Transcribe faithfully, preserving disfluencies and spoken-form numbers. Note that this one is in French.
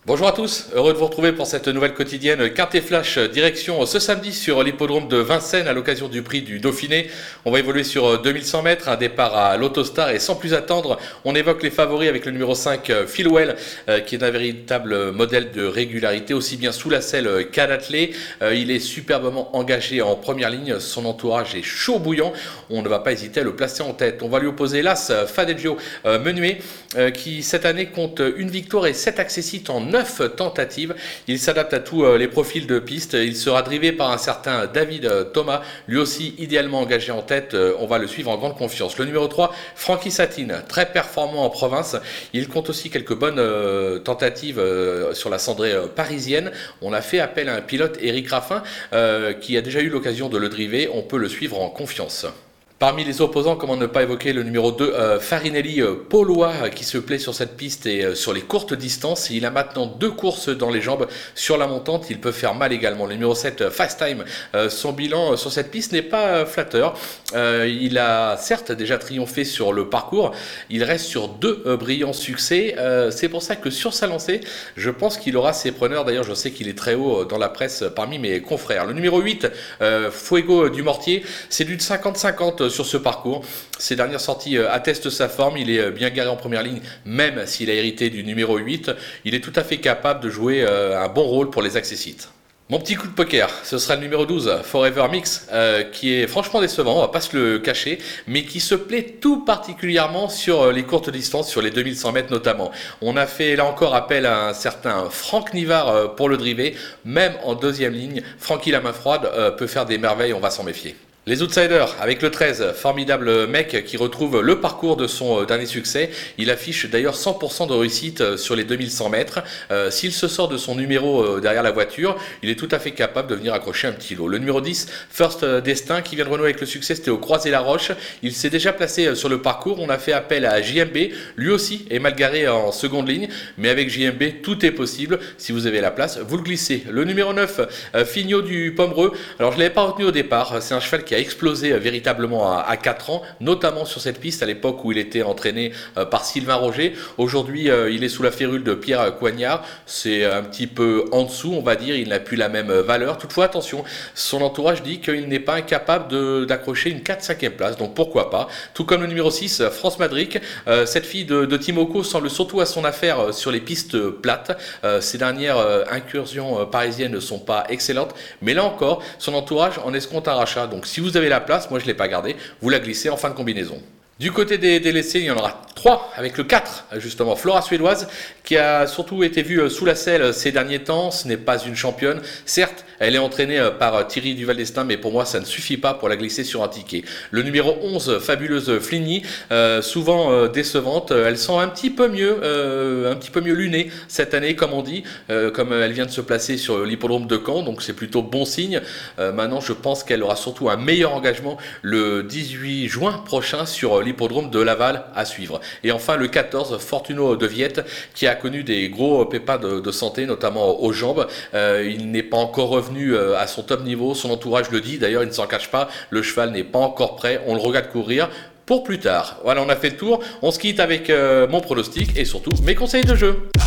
Bonjour à tous, heureux de vous retrouver pour cette nouvelle quotidienne Quintet Flash, direction ce samedi sur l'hippodrome de Vincennes à l'occasion du prix du Dauphiné. On va évoluer sur deux mille cent mètres, un départ à l'Autostar et sans plus attendre, on évoque les favoris avec le numéro cinq Philwell qui est un véritable modèle de régularité aussi bien sous la selle qu'à l'attelé. Il est superbement engagé en première ligne, son entourage est chaud bouillant, on ne va pas hésiter à le placer en tête. On va lui opposer l'As Fadeggio Menuet qui cette année compte une victoire et sept accessites en neuf tentatives. Il s'adapte à tous les profils de piste. Il sera drivé par un certain David Thomas, lui aussi idéalement engagé en tête. On va le suivre en grande confiance. Le numéro trois, Frankie Satine, très performant en province. Il compte aussi quelques bonnes euh, tentatives euh, sur la cendrée euh, parisienne. On a fait appel à un pilote, Eric Raffin, euh, qui a déjà eu l'occasion de le driver. On peut le suivre en confiance. Parmi les opposants, comment ne pas évoquer le numéro deux, euh, Farinelli euh, Paulois, euh, qui se plaît sur cette piste et euh, sur les courtes distances. Il a maintenant deux courses dans les jambes sur la montante, il peut faire mal également. Le numéro sept, euh, Fast Time, euh, son bilan euh, sur cette piste n'est pas euh, flatteur. Euh, il a certes déjà triomphé sur le parcours, il reste sur deux euh, brillants succès. Euh, c'est pour ça que sur sa lancée, je pense qu'il aura ses preneurs. D'ailleurs, je sais qu'il est très haut dans la presse parmi mes confrères. Le numéro huit, euh, Fuego du Mortier, c'est du cinquante cinquante sur ce parcours. Ses dernières sorties attestent sa forme, il est bien garé en première ligne, même s'il a hérité du numéro huit. Il est tout à fait capable de jouer un bon rôle pour les accessites. Mon petit coup de poker, ce sera le numéro douze, Forever Mix, euh, qui est franchement décevant, on va pas se le cacher, mais qui se plaît tout particulièrement sur les courtes distances, sur les deux mille cent mètres notamment. On a fait là encore appel à un certain Franck Nivard pour le driver, même en deuxième ligne. Francky la main froide euh, peut faire des merveilles, on va s'en méfier. Les outsiders, avec le treize, formidable mec qui retrouve le parcours de son dernier succès. Il affiche d'ailleurs cent pour cent de réussite sur les deux mille cent mètres. Euh, S'il se sort de son numéro derrière la voiture, il est tout à fait capable de venir accrocher un petit lot. Le numéro dix, First Destin, qui vient de renouer avec le succès, c'était au Croisé-la-Roche. Il s'est déjà placé sur le parcours. On a fait appel à J M B. Lui aussi est mal garé en seconde ligne. Mais avec J M B, tout est possible. Si vous avez la place, vous le glissez. Le numéro neuf, Fignot du Pomereux. Alors, je ne l'avais pas retenu au départ. C'est un cheval qui a explosé véritablement à quatre ans, notamment sur cette piste à l'époque où il était entraîné par Sylvain Roger. Aujourd'hui, il est sous la férule de Pierre Coignard. C'est un petit peu en dessous, on va dire. Il n'a plus la même valeur. Toutefois, attention, son entourage dit qu'il n'est pas incapable d'accrocher une quatre cinquième place. Donc pourquoi pas. Tout comme le numéro six, France Madric. Euh, cette fille de, de Timoko semble surtout à son affaire sur les pistes plates. Euh, ses dernières euh, incursions parisiennes ne sont pas excellentes. Mais là encore, son entourage en escompte un rachat. Donc si vous avez la place, moi je ne l'ai pas gardé, vous la glissez en fin de combinaison. Du côté des délaissés, il y en aura trois avec le quatre, justement, Flora Suédoise, qui a surtout été vue sous la selle ces derniers temps. Ce n'est pas une championne. Certes, elle est entraînée par Thierry Duval d'Estaing, mais pour moi, ça ne suffit pas pour la glisser sur un ticket. Le numéro onze, Fabuleuse Fligny, euh, souvent euh, décevante. Elle sent un petit peu mieux, euh, un petit peu mieux lunée cette année, comme on dit, euh, comme elle vient de se placer sur l'hippodrome de Caen, donc c'est plutôt bon signe. Euh, maintenant, je pense qu'elle aura surtout un meilleur engagement le dix-huit juin prochain sur l'hippodrome de Laval à suivre. Et enfin le quatorze, Fortuno de Viette, qui a connu des gros pépins de, de santé, notamment aux jambes. Euh, il n'est pas encore revenu euh, à son top niveau, son entourage le dit, d'ailleurs il ne s'en cache pas, le cheval n'est pas encore prêt, on le regarde courir pour plus tard. Voilà, on a fait le tour, on se quitte avec euh, mon pronostic et surtout mes conseils de jeu.